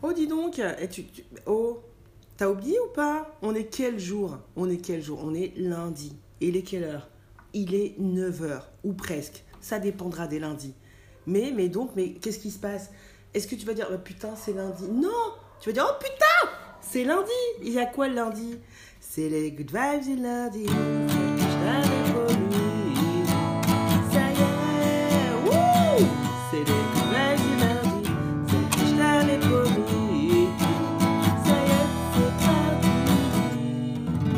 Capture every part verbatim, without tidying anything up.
Oh, dis donc, et tu, tu- oh, t'as oublié ou pas? On est quel jour? On est quel jour? On est lundi. Et il est quelle heure? Il est neuf heures, ou presque. Ça dépendra des lundis. Mais, mais donc, mais qu'est-ce qui se passe? Est-ce que tu vas dire, oh, putain, c'est lundi? Non! Tu vas dire, oh putain, c'est lundi! Il y a quoi le lundi? C'est les good vibes du lundi. Je t'avais promis. Ça y est, wouh! C'est les good vibes du lundi. C'est que je t'avais promis. Ça y est, c'est parti.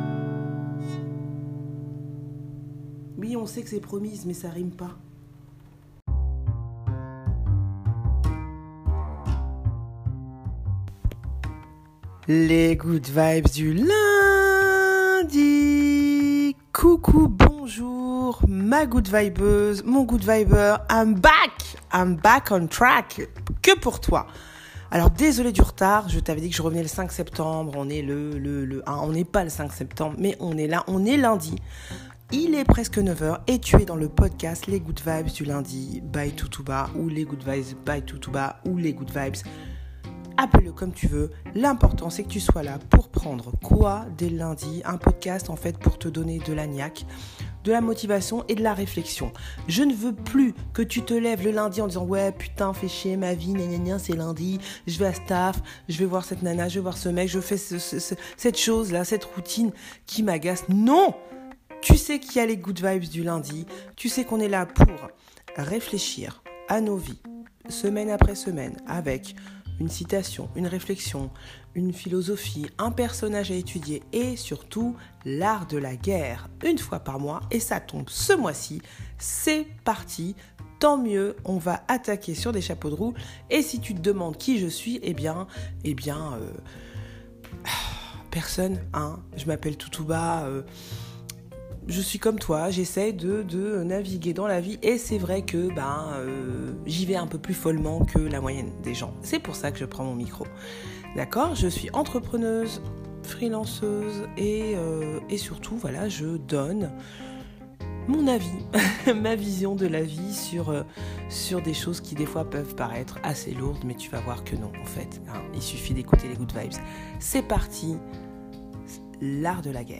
Oui, on sait que c'est promise, mais ça rime pas. Les good vibes du lundi. Coucou, bonjour, ma good vibeuse, mon good viber. I'm back, I'm back on track. Que pour toi. Alors désolé du retard, je t'avais dit que je revenais le cinq septembre. On est le le le. Hein, on n'est pas le cinq septembre, mais on est là, on est lundi. Il est presque neuf heures et tu es dans le podcast Les Good Vibes du lundi by Toutouba ou Les Good Vibes by Toutouba ou Les Good Vibes. Appelle-le comme tu veux, l'important c'est que tu sois là pour prendre quoi dès le lundi, un podcast en fait pour te donner de la niaque, de la motivation et de la réflexion. Je ne veux plus que tu te lèves le lundi en disant ouais putain fais chier ma vie, gna gna gna, c'est lundi, je vais à staff, je vais voir cette nana, je vais voir ce mec, je fais ce, ce, ce, cette chose là, cette routine qui m'agace. Non! Tu sais qu'il y a les good vibes du lundi, tu sais qu'on est là pour réfléchir à nos vies, semaine après semaine, avec une citation, une réflexion, une philosophie, un personnage à étudier et surtout l'art de la guerre, une fois par mois. Et ça tombe ce mois-ci, c'est parti, tant mieux, on va attaquer sur des chapeaux de roue. Et si tu te demandes qui je suis, eh bien, eh bien, euh, personne, hein, je m'appelle Toutouba, euh, je suis comme toi, j'essaie de, de naviguer dans la vie et c'est vrai que ben, euh, j'y vais un peu plus follement que la moyenne des gens. C'est pour ça que je prends mon micro. D'accord ? Je suis entrepreneuse, freelanceuse et, euh, et surtout, voilà, je donne mon avis, ma vision de la vie sur, euh, sur des choses qui des fois peuvent paraître assez lourdes, mais tu vas voir que non, en fait. Hein, il suffit d'écouter les good vibes. C'est parti, l'art de la guerre.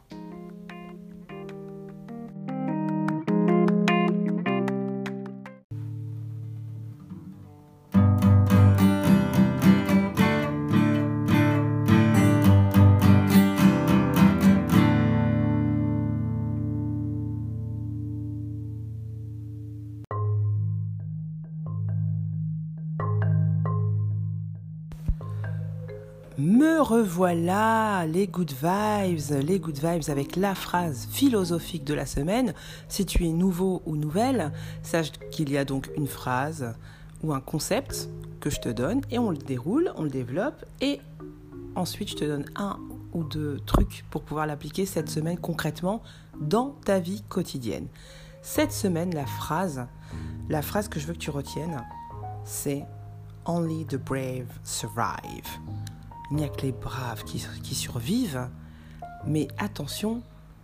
Me revoilà, les good vibes, les good vibes avec la phrase philosophique de la semaine. Si tu es nouveau ou nouvelle, sache qu'il y a donc une phrase ou un concept que je te donne et on le déroule, on le développe et ensuite je te donne un ou deux trucs pour pouvoir l'appliquer cette semaine concrètement dans ta vie quotidienne. Cette semaine, la phrase, la phrase que je veux que tu retiennes, c'est « Only the brave survive ». Il n'y a que les braves qui, qui survivent, mais attention,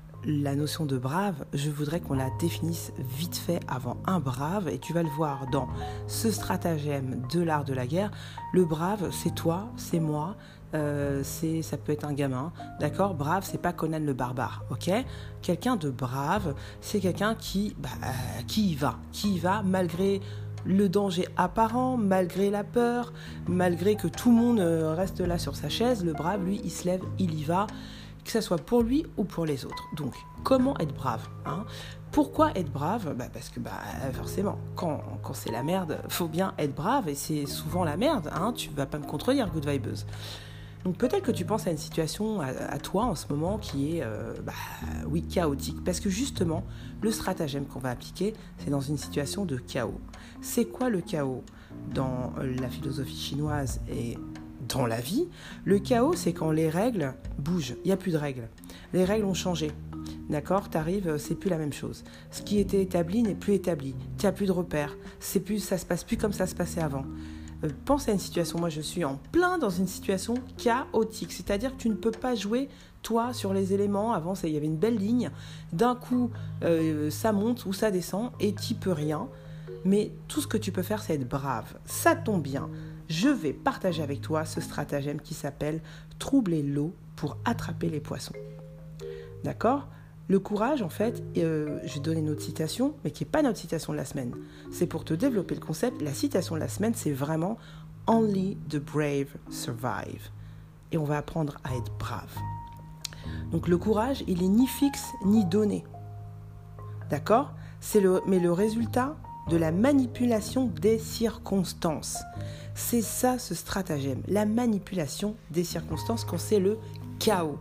la notion de brave, je voudrais qu'on la définisse vite fait avant un brave, et tu vas le voir dans ce stratagème de l'art de la guerre. Le brave, c'est toi, c'est moi, euh, c'est, ça peut être un gamin, d'accord ? Brave, c'est pas Conan le barbare, ok ? Quelqu'un de brave, c'est quelqu'un qui, bah, euh, qui y va, qui y va malgré le danger apparent, malgré la peur, malgré que tout le monde reste là sur sa chaise, le brave, lui, il se lève, il y va, que ça soit pour lui ou pour les autres. Donc, comment être brave, hein ? Pourquoi être brave ? Bah parce que bah, forcément, quand, quand c'est la merde, faut bien être brave, et c'est souvent la merde, hein ? Tu vas pas me contredire, good vibeuse. Donc peut-être que tu penses à une situation à, à toi en ce moment qui est euh, bah, oui, chaotique. Parce que justement, le stratagème qu'on va appliquer, c'est dans une situation de chaos. C'est quoi le chaos dans la philosophie chinoise et dans la vie ? Le chaos, c'est quand les règles bougent. Il n'y a plus de règles. Les règles ont changé. D'accord ? T'arrives, c'est plus la même chose. Ce qui était établi n'est plus établi. Tu n'as plus de repères. C'est plus, ça se passe plus comme ça se passait avant. Pense à une situation, moi je suis en plein dans une situation chaotique, c'est-à-dire que tu ne peux pas jouer toi sur les éléments. Avant il y avait une belle ligne, d'un coup euh, ça monte ou ça descend et tu peux rien, mais tout ce que tu peux faire c'est être brave. Ça tombe bien, je vais partager avec toi ce stratagème qui s'appelle « Troubler l'eau pour attraper les poissons ». D'accord ? Le courage, en fait, euh, je vais donner une autre citation, mais qui n'est pas notre citation de la semaine. C'est pour te développer le concept. La citation de la semaine, c'est vraiment « Only the brave survive ». Et on va apprendre à être brave. Donc le courage, il est ni fixe ni donné. D'accord ? C'est le, mais le résultat de la manipulation des circonstances. C'est ça ce stratagème, la manipulation des circonstances quand c'est le chaos.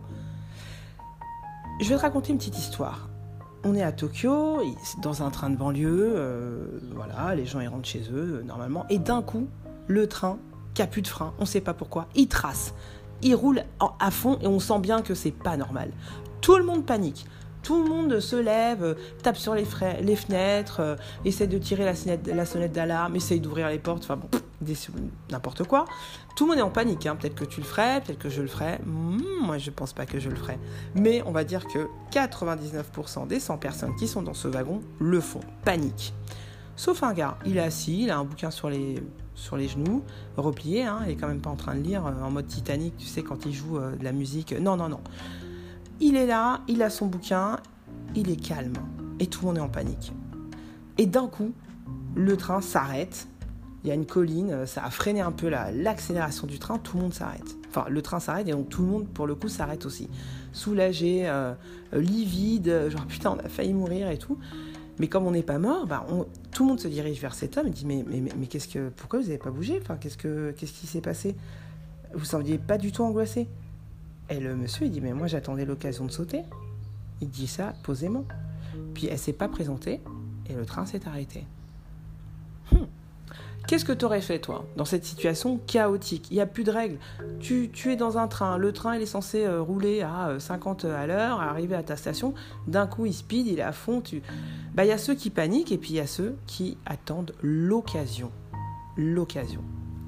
Je vais te raconter une petite histoire. On est à Tokyo, dans un train de banlieue, euh, voilà, les gens ils rentrent chez eux euh, normalement, et d'un coup, le train, qui a plus de frein, on ne sait pas pourquoi, il trace, il roule en, à fond et on sent bien que c'est pas normal. Tout le monde panique. Tout le monde se lève, euh, tape sur les, frais, les fenêtres, euh, essaie de tirer la sonnette, la sonnette d'alarme, essaie d'ouvrir les portes, enfin bon, des, n'importe quoi. Tout le monde est en panique, hein. Peut-être que tu le ferais, peut-être que je le ferais. Mmh, moi, je pense pas que je le ferais. Mais on va dire que quatre-vingt-dix-neuf pour cent des cent personnes qui sont dans ce wagon le font, panique. Sauf un gars, il est assis, il a un bouquin sur les, sur les genoux, replié, hein, il est quand même pas en train de lire euh, en mode Titanic, tu sais, quand il joue euh, de la musique. Non, non, non. Il est là, il a son bouquin, il est calme et tout le monde est en panique. Et d'un coup, le train s'arrête, il y a une colline, ça a freiné un peu la, l'accélération du train, tout le monde s'arrête. Enfin, le train s'arrête et donc tout le monde, pour le coup, s'arrête aussi. Soulagé, euh, livide, genre putain, on a failli mourir et tout. Mais comme on n'est pas mort, bah on, tout le monde se dirige vers cet homme et dit mais, mais, mais, mais qu'est-ce que, pourquoi vous n'avez pas bougé ? Enfin, qu'est-ce, que, qu'est-ce qui s'est passé ? Vous ne sembliez pas du tout angoissé ? Et le monsieur, il dit, mais moi, j'attendais l'occasion de sauter. Il dit ça posément. Puis, elle ne s'est pas présentée et le train s'est arrêté. Hmm. Qu'est-ce que tu aurais fait, toi, dans cette situation chaotique ? Il n'y a plus de règles. Tu, tu es dans un train. Le train, il est censé euh, rouler à euh, cinquante à l'heure, arriver à ta station. D'un coup, il speed, il est à fond. Tu... Bah, il y a ceux qui paniquent et puis il y a ceux qui attendent l'occasion. L'occasion.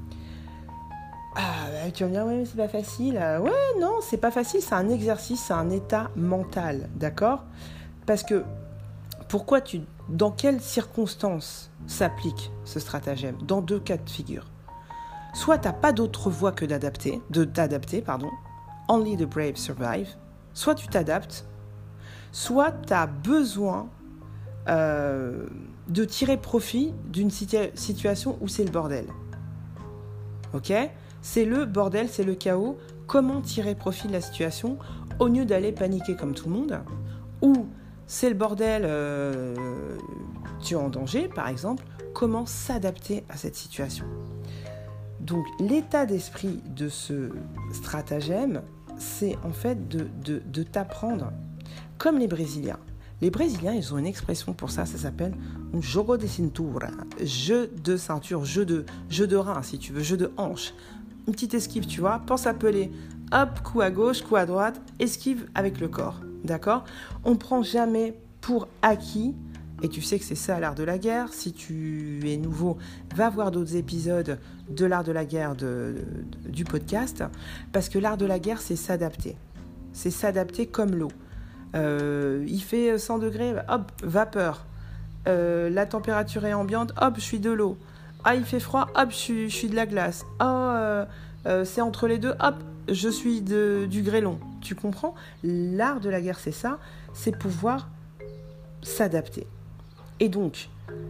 Ah, bah, tu vas me dire, ouais, mais c'est pas facile. Ouais, non, c'est pas facile, c'est un exercice, c'est un état mental, d'accord ? Parce que, pourquoi tu... Dans quelles circonstances s'applique ce stratagème ? Dans deux cas de figure. Soit t'as pas d'autre voie que d'adapter, de t'adapter, pardon, only the brave survive, soit tu t'adaptes, soit t'as besoin euh, de tirer profit d'une situa- situation où c'est le bordel. Ok ? C'est le bordel, c'est le chaos. Comment tirer profit de la situation au lieu d'aller paniquer comme tout le monde ? Ou c'est le bordel, euh, tu es en danger, par exemple. Comment s'adapter à cette situation ? Donc, l'état d'esprit de ce stratagème, c'est en fait de, de, de t'apprendre, comme les Brésiliens. Les Brésiliens, ils ont une expression pour ça, ça s'appelle un jogo de cintura, jeu de ceinture, jeu de, jeu de rein, si tu veux, jeu de hanche. Une petite esquive, tu vois, pense à peler, hop, coup à gauche, coup à droite, esquive avec le corps, d'accord ? On ne prend jamais pour acquis, et tu sais que c'est ça l'art de la guerre, si tu es nouveau, va voir d'autres épisodes de l'art de la guerre de, de, du podcast, parce que l'art de la guerre, c'est s'adapter, c'est s'adapter comme l'eau. Euh, il fait cent degrés, hop, vapeur, euh, la température est ambiante, hop, je suis de l'eau. Ah, il fait froid, hop, je suis, je suis de la glace. Ah, euh, euh, c'est entre les deux, hop, je suis de, du grêlon. Tu comprends ? L'art de la guerre, c'est ça, c'est pouvoir s'adapter. Et donc,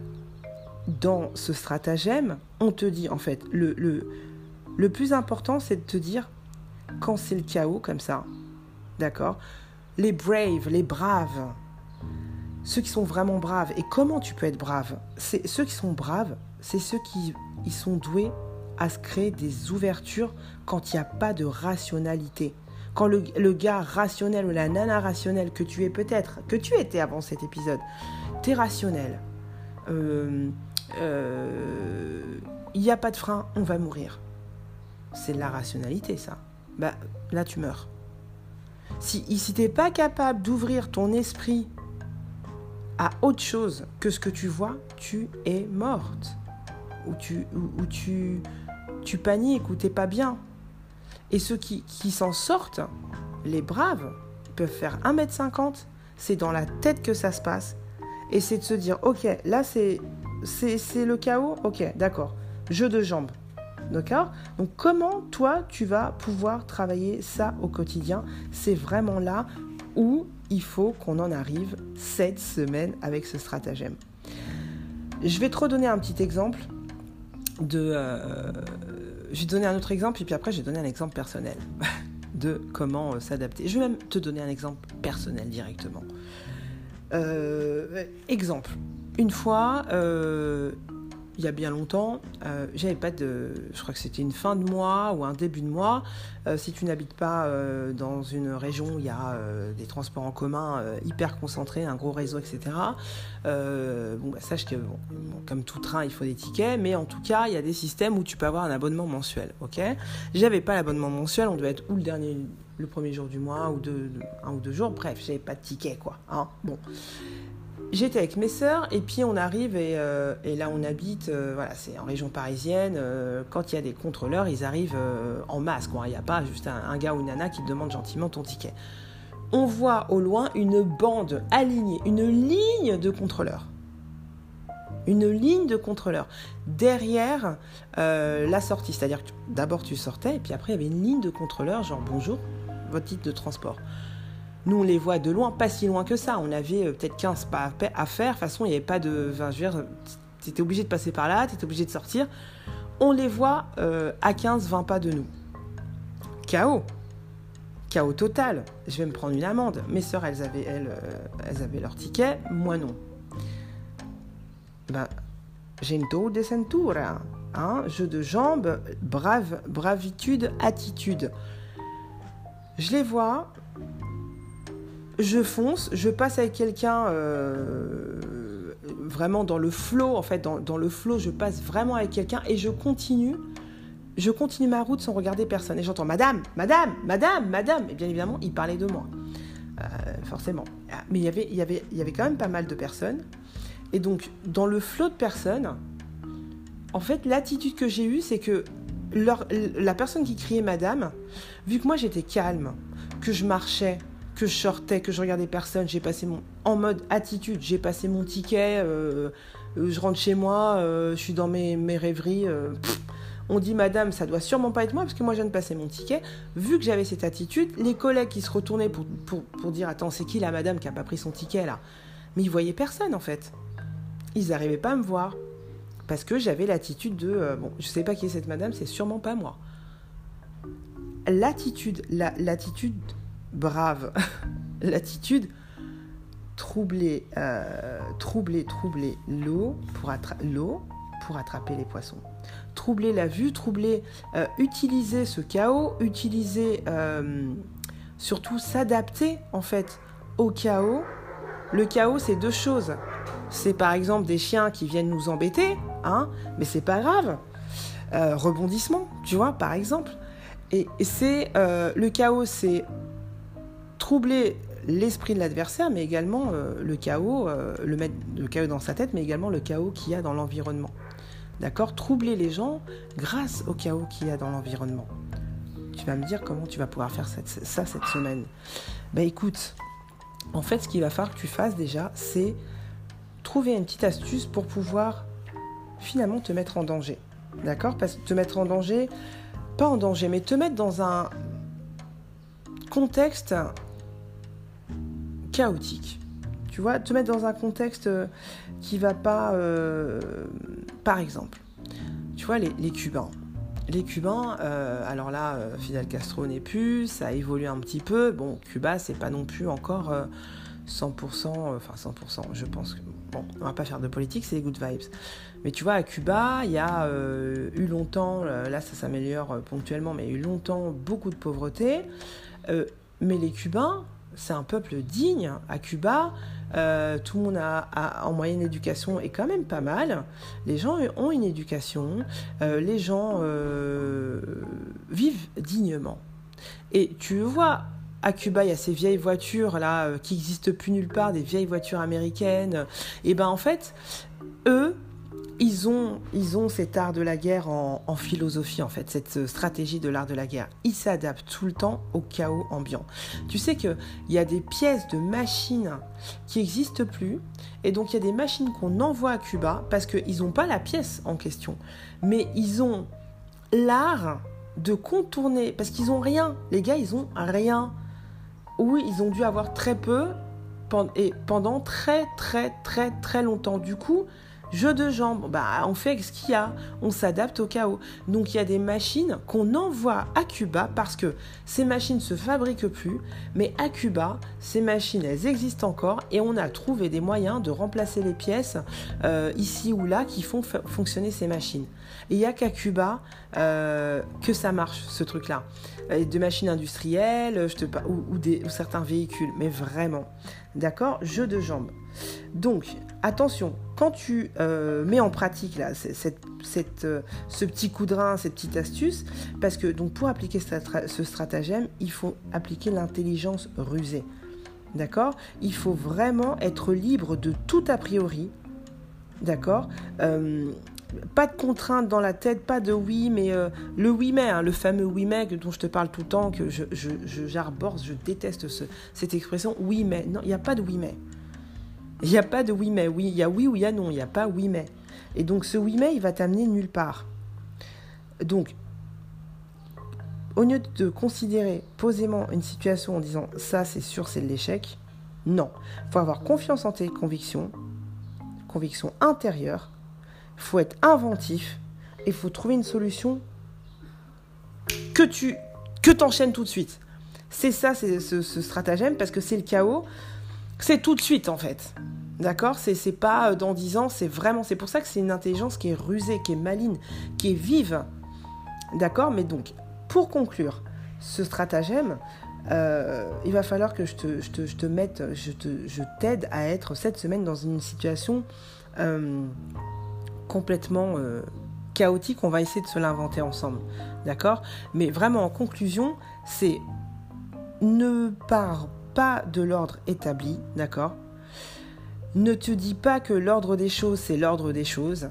dans ce stratagème, on te dit, en fait, le, le, le plus important, c'est de te dire, quand c'est le chaos, comme ça, d'accord ? Les braves, les braves, ceux qui sont vraiment braves. Et comment tu peux être brave ? C'est, ceux qui sont braves, c'est ceux qui ils sont doués à se créer des ouvertures quand il n'y a pas de rationalité. Quand le, le gars rationnel ou la nana rationnelle que tu es peut-être, que tu étais avant cet épisode, t'es rationnel. Il euh, euh, n'y a pas de frein, on va mourir. C'est de la rationalité, ça. Bah, là, tu meurs. Si, si tu n'es pas capable d'ouvrir ton esprit à autre chose que ce que tu vois, tu es morte. Ou tu, ou, ou tu, tu paniques, ou tu n'es pas bien. Et ceux qui, qui s'en sortent, les braves, peuvent faire un mètre cinquante, c'est dans la tête que ça se passe. Et c'est de se dire, ok, là c'est, c'est, c'est le chaos, ok, d'accord. Jeu de jambes, D'accord ? Donc comment toi tu vas pouvoir travailler ça au quotidien ? C'est vraiment là où il faut qu'on en arrive cette semaine avec ce stratagème. Je vais te redonner un petit exemple de... Euh, je vais te donner un autre exemple et puis après je vais donner un exemple personnel de comment euh, s'adapter. Je vais même te donner un exemple personnel directement. Euh, exemple. Une fois... Euh, il y a bien longtemps, euh, j'avais pas de... Je crois que c'était une fin de mois ou un début de mois. Euh, si tu n'habites pas euh, dans une région où il y a euh, des transports en commun euh, hyper concentrés, un gros réseau, et cetera, euh, bon, bah, sache que, bon, bon, comme tout train, il faut des tickets, mais en tout cas, il y a des systèmes où tu peux avoir un abonnement mensuel. Ok ? J'avais pas l'abonnement mensuel, on devait être ou le dernier, le premier jour du mois, ou deux, un ou deux jours, bref, j'avais pas de ticket, quoi. Hein, bon. J'étais avec mes sœurs et puis on arrive et, euh, et là on habite, euh, voilà, c'est en région parisienne. Euh, quand il y a des contrôleurs, ils arrivent euh, en masse, quoi. Il n'y a pas juste un, un gars ou une nana qui te demande gentiment ton ticket. On voit au loin une bande alignée, une ligne de contrôleurs. Une ligne de contrôleurs derrière euh, la sortie. C'est-à-dire que tu, d'abord tu sortais et puis après il y avait une ligne de contrôleurs, genre bonjour, votre titre de transport. Nous, on les voit de loin, pas si loin que ça. On avait euh, peut-être quinze pas à faire. De toute façon, il n'y avait pas de... Enfin, je veux dire, tu étais obligé de passer par là, tu étais obligé de sortir. On les voit euh, à quinze vingt pas de nous. Chaos. Chaos total. Je vais me prendre une amende. Mes sœurs, elles avaient, elles, euh, elles avaient leur ticket. Moi, non. Ben, gento de cintura. Hein, jeu de jambes, brave, bravitude, attitude. Je les vois... Je fonce, je passe avec quelqu'un euh, vraiment dans le flow, en fait, dans, dans le flow, je passe vraiment avec quelqu'un et je continue, je continue ma route sans regarder personne. Et j'entends « Madame, Madame, Madame, Madame !» Et bien évidemment, il parlait de moi, euh, forcément. Mais il y avait, il y avait, il y avait quand même pas mal de personnes. Et donc, dans le flow de personnes, en fait, l'attitude que j'ai eue, c'est que leur, la personne qui criait « Madame », vu que moi, j'étais calme, que je marchais, que je sortais, que je regardais personne, j'ai passé mon... en mode attitude, j'ai passé mon ticket, euh, euh, je rentre chez moi, euh, je suis dans mes, mes rêveries, euh, pff, on dit madame, ça doit sûrement pas être moi, parce que moi je viens de passer mon ticket, vu que j'avais cette attitude, les collègues qui se retournaient pour, pour, pour dire, attends, c'est qui la madame qui a pas pris son ticket là ? Mais ils voyaient personne en fait, ils n'arrivaient pas à me voir, parce que j'avais l'attitude de, euh, bon, je sais pas qui est cette madame, c'est sûrement pas moi. L'attitude, la, l'attitude... brave, l'attitude troubler, euh, troubler, troubler l'eau pour, attra- l'eau pour attraper les poissons. Troubler la vue, troubler, euh, utiliser ce chaos, utiliser, euh, surtout s'adapter en fait au chaos. Le chaos, c'est deux choses. C'est par exemple des chiens qui viennent nous embêter, hein, mais c'est pas grave. Euh, rebondissement, tu vois, par exemple. Et, et c'est euh, le chaos, c'est troubler l'esprit de l'adversaire, mais également euh, le chaos, euh, le, mettre, le chaos dans sa tête, mais également le chaos qu'il y a dans l'environnement. D'accord ? Troubler les gens grâce au chaos qu'il y a dans l'environnement. Tu vas me dire comment tu vas pouvoir faire cette, ça cette semaine. Ben écoute, en fait, ce qu'il va falloir que tu fasses déjà, c'est trouver une petite astuce pour pouvoir finalement te mettre en danger. D'accord ? Parce que te mettre en danger, pas en danger, mais te mettre dans un contexte chaotique. Tu vois, te mettre dans un contexte qui va pas... Euh, par exemple, tu vois, les, les Cubains. Les Cubains, euh, alors là, euh, Fidel Castro n'est plus, ça a évolué un petit peu. Bon, Cuba, c'est pas non plus encore euh, cent pour cent, euh, enfin cent pour cent, je pense que... Bon, on va pas faire de politique, c'est les good vibes. Mais tu vois, à Cuba, il y a euh, eu longtemps, là ça s'améliore euh, ponctuellement, mais il y a eu longtemps beaucoup de pauvreté. Euh, mais les Cubains, c'est un peuple digne. À Cuba, euh, tout le monde a, a en moyenne éducation est quand même pas mal. Les gens ont une éducation, euh, les gens euh, vivent dignement. Et tu vois, à Cuba, il y a ces vieilles voitures là euh, qui n'existent plus nulle part, des vieilles voitures américaines. Et ben en fait, eux, Ils ont, ils ont cet art de la guerre en, en philosophie, en fait, cette stratégie de l'art de la guerre. Ils s'adaptent tout le temps au chaos ambiant. Tu sais qu'il y a des pièces de machines qui n'existent plus, et donc il y a des machines qu'on envoie à Cuba parce qu'ils n'ont pas la pièce en question, mais ils ont l'art de contourner, parce qu'ils ont rien, les gars, ils ont rien. Oui, ils ont dû avoir très peu et pendant très très très très longtemps. Du coup, jeu de jambes, bah, on fait avec ce qu'il y a, on s'adapte au chaos. Donc il y a des machines qu'on envoie à Cuba parce que ces machines ne se fabriquent plus, mais à Cuba, ces machines, elles existent encore et on a trouvé des moyens de remplacer les pièces euh, ici ou là qui font f- fonctionner ces machines. Et il n'y a qu'à Cuba euh, que ça marche, ce truc-là. Euh, de machines industrielles je te par... ou, ou, des, ou certains véhicules, mais vraiment. D'accord ? Jeu de jambes. Donc, attention, quand tu euh, mets en pratique là, cette, cette, euh, ce petit coup de rein, cette petite astuce, parce que donc, pour appliquer ce, ce stratagème, il faut appliquer l'intelligence rusée. D'accord ? Il faut vraiment être libre de tout a priori. D'accord ? euh, Pas de contrainte dans la tête, pas de oui, mais euh, le oui mais, hein, le fameux oui mais dont je te parle tout le temps, que je, je, je j'arbore, je déteste ce, cette expression oui mais. Non, il n'y a pas de oui mais. Il n'y a pas de oui mais. Oui, il y a oui ou il y a non, il n'y a pas oui mais. Et donc ce oui mais, il va t'amener nulle part. Donc, au lieu de considérer posément une situation en disant ça c'est sûr c'est de l'échec, non. Il faut avoir confiance en tes convictions, convictions intérieures. Il faut être inventif et il faut trouver une solution que tu que t'enchaînes tout de suite. C'est ça, c'est ce, ce stratagème, parce que c'est le chaos, c'est tout de suite en fait. D'accord ? C'est, c'est pas dans dix ans, c'est vraiment... C'est pour ça que c'est une intelligence qui est rusée, qui est maligne, qui est vive. D'accord ? Mais donc, pour conclure ce stratagème, euh, il va falloir que je te, je te, je te mette, je, te, je t'aide à être cette semaine dans une situation... Euh, complètement euh, chaotique, on va essayer de se l'inventer ensemble, d'accord ? Mais vraiment en conclusion, c'est ne pars pas de l'ordre établi, d'accord ? Ne te dis pas que l'ordre des choses, c'est l'ordre des choses.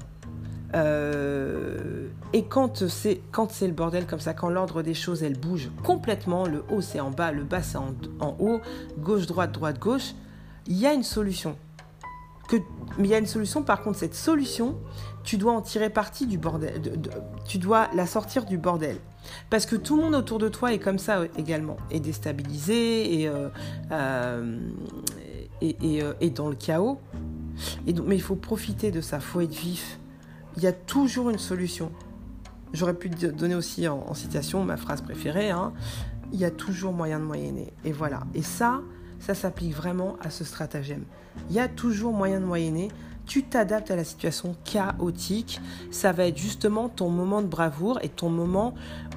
Euh, et quand c'est, quand c'est le bordel comme ça, quand l'ordre des choses, elle bouge complètement, le haut c'est en bas, le bas c'est en, en haut, gauche, droite, droite, gauche, il y a une solution. Que, mais il y a une solution, par contre, cette solution, tu dois en tirer parti du bordel, de, de, tu dois la sortir du bordel. Parce que tout le monde autour de toi est comme ça également, est déstabilisé, et, euh, euh, et, et, euh, et dans le chaos. Et donc, mais il faut profiter de ça, il faut être vif. Il y a toujours une solution. J'aurais pu te donner aussi en, en citation ma phrase préférée, hein, il y a toujours moyen de moyenner. Et voilà. Et ça, ça s'applique vraiment à ce stratagème. Il y a toujours moyen de moyenner. Tu t'adaptes à la situation chaotique. Ça va être justement ton moment de bravoure et ton moment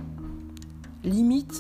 limite.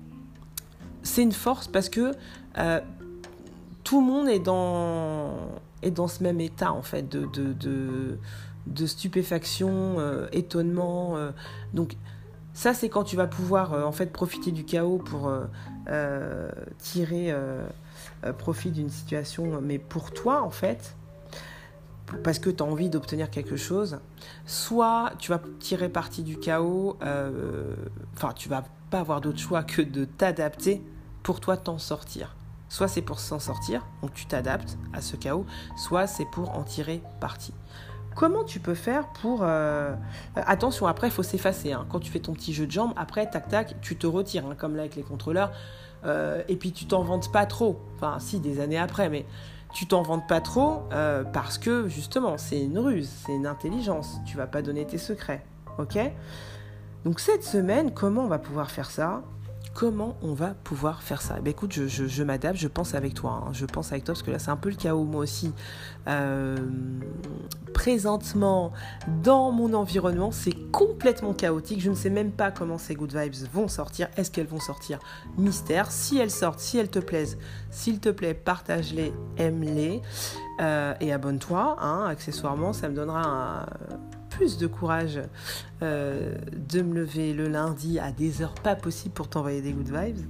C'est une force parce que euh, tout le monde est dans, est dans ce même état en fait de, de, de, de stupéfaction, euh, étonnement. Euh, donc ça, c'est quand tu vas pouvoir euh, en fait profiter du chaos pour euh, euh, tirer euh, euh, profit d'une situation, mais pour toi en fait, parce que tu as envie d'obtenir quelque chose. Soit tu vas tirer parti du chaos, euh, enfin tu vas pas avoir d'autre choix que de t'adapter pour toi t'en sortir. Soit c'est pour s'en sortir, donc tu t'adaptes à ce chaos, soit c'est pour en tirer parti. Comment tu peux faire pour... Euh... Attention, après, il faut s'effacer. Hein. Quand tu fais ton petit jeu de jambes, après, tac, tac, tu te retires, hein, comme là avec les contrôleurs. Euh, et puis, tu t'en vantes pas trop. Enfin, si, des années après, mais tu t'en vantes pas trop euh, parce que, justement, c'est une ruse, c'est une intelligence. Tu vas pas donner tes secrets, ok ? Donc, cette semaine, comment on va pouvoir faire ça ? Comment on va pouvoir faire ça ? Eh bien, écoute, je, je, je m'adapte, je pense avec toi. Hein. Je pense avec toi parce que là, c'est un peu le chaos, moi aussi. Euh, présentement, dans mon environnement, c'est complètement chaotique. Je ne sais même pas comment ces good vibes vont sortir. Est-ce qu'elles vont sortir ? Mystère. Si elles sortent, si elles te plaisent, s'il te plaît, partage-les, aime-les euh, et abonne-toi. Hein, accessoirement, ça me donnera un... plus de courage euh, de me lever le lundi à des heures pas possibles pour t'envoyer des good vibes.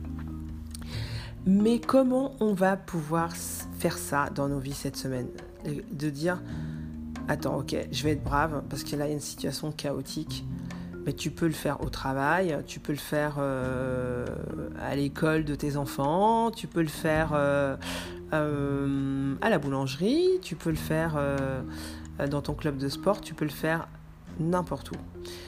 Mais comment on va pouvoir faire ça dans nos vies cette semaine ? De dire, attends, ok, je vais être brave parce que là, il y a une situation chaotique. Mais tu peux le faire au travail, tu peux le faire euh, à l'école de tes enfants, tu peux le faire euh, euh, à la boulangerie, tu peux le faire... Euh, dans ton club de sport, tu peux le faire n'importe où.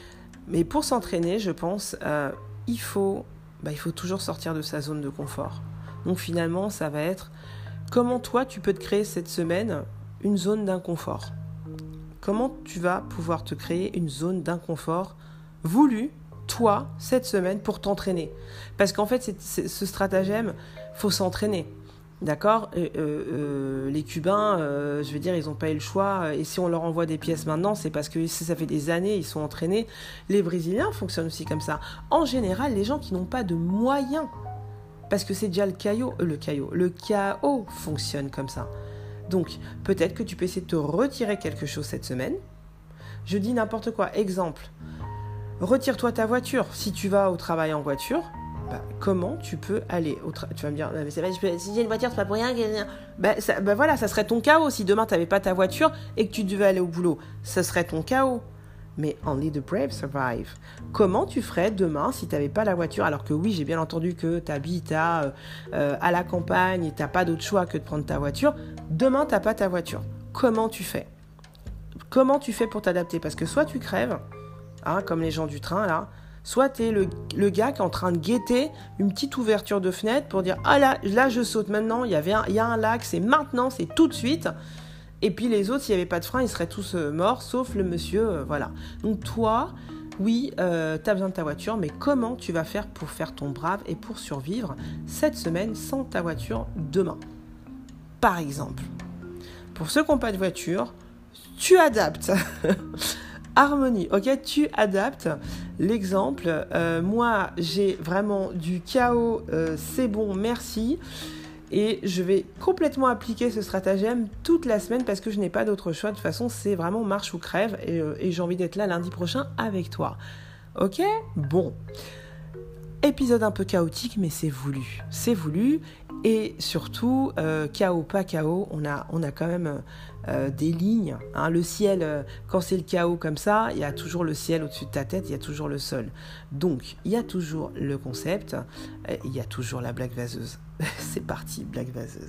Mais pour s'entraîner, je pense, euh, il faut, bah, il faut toujours sortir de sa zone de confort. Donc finalement, ça va être comment toi, tu peux te créer cette semaine une zone d'inconfort. Comment tu vas pouvoir te créer une zone d'inconfort voulue, toi, cette semaine, pour t'entraîner. Parce qu'en fait, c'est, c'est, ce stratagème, il faut s'entraîner. D'accord, euh, euh, les Cubains, euh, je veux dire, ils n'ont pas eu le choix. Et si on leur envoie des pièces maintenant, c'est parce que ça fait des années, ils sont entraînés. Les Brésiliens fonctionnent aussi comme ça. En général, les gens qui n'ont pas de moyens, parce que c'est déjà le chaos, euh, le chaos, le chaos fonctionne comme ça. Donc, peut-être que tu peux essayer de te retirer quelque chose cette semaine. Je dis n'importe quoi. Exemple, retire-toi ta voiture. Si tu vas au travail en voiture, bah, comment tu peux aller au travail ? Tu vas me dire, mais c'est pas, si j'ai une voiture, c'est pas pour rien. Bah, ça, bah voilà, ça serait ton chaos. Si demain, tu n'avais pas ta voiture et que tu devais aller au boulot, ça serait ton chaos. Mais only the brave survive. Comment tu ferais demain si tu n'avais pas la voiture ? Alors que oui, j'ai bien entendu que tu habites à, euh, à la campagne et tu n'as pas d'autre choix que de prendre ta voiture. Demain, tu n'as pas ta voiture. Comment tu fais ? Comment tu fais pour t'adapter ? Parce que soit tu crèves, hein, comme les gens du train là, soit tu es le, le gars qui est en train de guetter une petite ouverture de fenêtre pour dire « Ah là, là je saute maintenant, il y, avait un, il y a un lac, c'est maintenant, c'est tout de suite ». Et puis les autres, s'il n'y avait pas de frein, ils seraient tous euh, morts, sauf le monsieur, euh, voilà. Donc toi, oui, euh, tu as besoin de ta voiture, mais comment tu vas faire pour faire ton brave et pour survivre cette semaine sans ta voiture demain ? Par exemple, pour ceux qui n'ont pas de voiture, tu adaptes. Harmonie, ok, tu adaptes. L'exemple, euh, moi, j'ai vraiment du chaos, euh, c'est bon, merci. Et je vais complètement appliquer ce stratagème toute la semaine parce que je n'ai pas d'autre choix. De toute façon, c'est vraiment marche ou crève. Et, euh, et j'ai envie d'être là lundi prochain avec toi. Ok ? Bon. Épisode un peu chaotique, mais c'est voulu. C'est voulu. Et surtout, euh, chaos, pas chaos, on a, on a quand même euh, des lignes. Hein. Le ciel, euh, quand c'est le chaos comme ça, il y a toujours le ciel au-dessus de ta tête, il y a toujours le sol. Donc, il y a toujours le concept, euh, il y a toujours la blague vaseuse. C'est parti, blague vaseuse.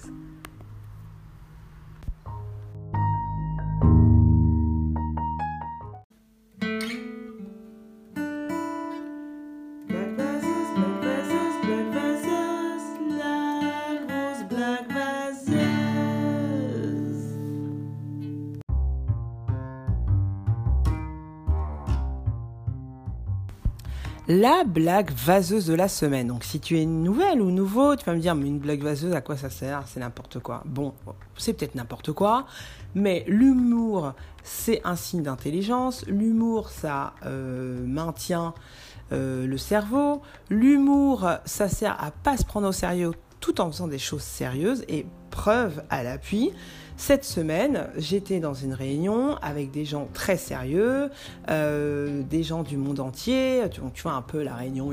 La blague vaseuse de la semaine. Donc, si tu es nouvelle ou nouveau, tu vas me dire, mais une blague vaseuse, à quoi ça sert ? C'est n'importe quoi. Bon, c'est peut-être n'importe quoi, mais l'humour, c'est un signe d'intelligence. L'humour, ça euh, maintient euh, le cerveau. L'humour, ça sert à pas se prendre au sérieux tout en faisant des choses sérieuses. Et preuve à l'appui, cette semaine, j'étais dans une réunion avec des gens très sérieux, euh, des gens du monde entier. Tu, tu vois un peu la réunion,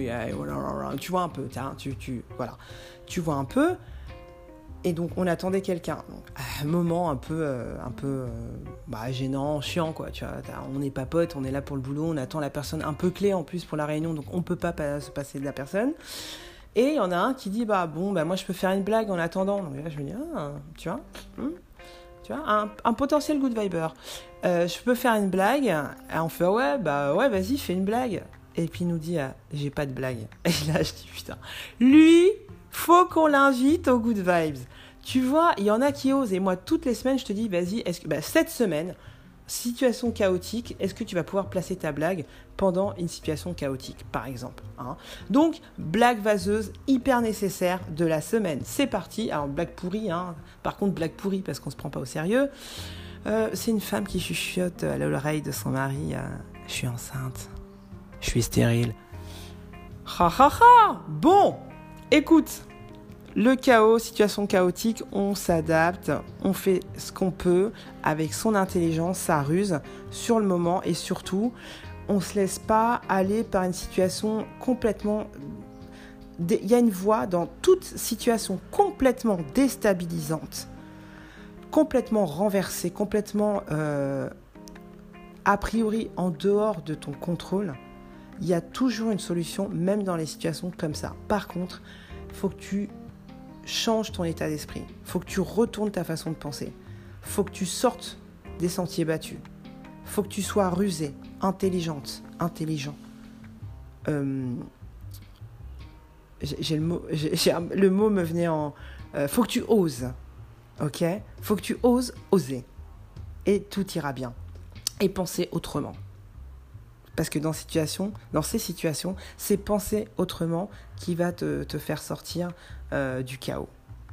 tu vois un peu, tu, tu, voilà, tu vois un peu. Et donc, on attendait quelqu'un. Donc, à un moment un peu, euh, un peu euh, bah, gênant, chiant, quoi. Tu vois, on est pas potes, on est là pour le boulot, on attend la personne un peu clé en plus pour la réunion, donc on peut pas pa- se passer de la personne. Et il y en a un qui dit, bah bon, bah moi je peux faire une blague en attendant. Donc là, je me dis, ah, tu vois, hmm, tu vois, un, un potentiel good viber. Euh, je peux faire une blague. Et on fait, ah ouais, bah ouais, vas-y, fais une blague. Et puis il nous dit, ah, j'ai pas de blague. Et là, je dis, putain, lui, faut qu'on l'invite aux good vibes. Tu vois, il y en a qui osent. Et moi, toutes les semaines, je te dis, vas-y, est-ce que, bah, cette semaine, situation chaotique, est-ce que tu vas pouvoir placer ta blague pendant une situation chaotique, par exemple, hein. Donc, blague vaseuse hyper nécessaire de la semaine. C'est parti. Alors, blague pourrie, hein. Par contre, blague pourrie parce qu'on se prend pas au sérieux. Euh, c'est une femme qui chuchote à l'oreille de son mari, euh, je suis enceinte, je suis stérile. Ha ha ha. Bon, écoute. Le chaos, situation chaotique, on s'adapte, on fait ce qu'on peut avec son intelligence, sa ruse sur le moment et surtout, on ne se laisse pas aller par une situation complètement... Il y a une voie dans toute situation complètement déstabilisante, complètement renversée, complètement euh, a priori en dehors de ton contrôle. Il y a toujours une solution, même dans les situations comme ça. Par contre, il faut que tu change ton état d'esprit. Faut que tu retournes ta façon de penser. Faut que tu sortes des sentiers battus. Faut que tu sois rusé, intelligente, intelligent. Euh, j'ai, j'ai le mot, j'ai, j'ai, le mot me venait en... Euh, faut que tu oses, ok ? Faut que tu oses oser. Et tout ira bien. Et penser autrement. Parce que dans, situation, dans ces situations, c'est penser autrement qui va te, te faire sortir euh, du chaos.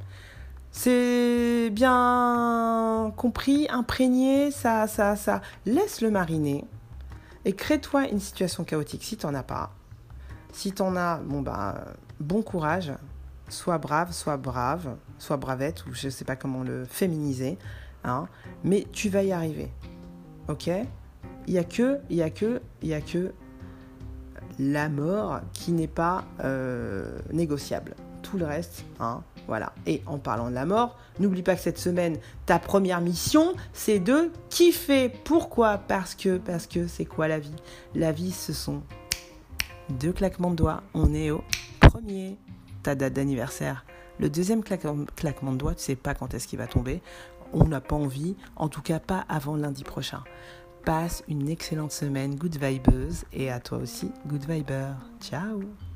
C'est bien compris, imprégné, ça, ça, ça. Laisse-le mariner et crée-toi une situation chaotique si t'en as pas. Si t'en as, bon bah, bon courage, sois brave, sois brave, sois bravette, ou je sais pas comment le féminiser, hein, mais tu vas y arriver, ok ? Il y a que, il y a que, il y a que la mort qui n'est pas euh, négociable. Tout le reste, hein, voilà. Et en parlant de la mort, n'oublie pas que cette semaine, ta première mission, c'est de kiffer. Pourquoi ? Parce que, parce que c'est quoi la vie ? La vie, ce sont deux claquements de doigts. On est au premier. Ta date d'anniversaire. Le deuxième claquement, claquement de doigts, tu sais pas quand est-ce qu'il va tomber. On n'a pas envie, en tout cas pas avant lundi prochain. Passe une excellente semaine, good vibeuse, et à toi aussi, good viber. Ciao!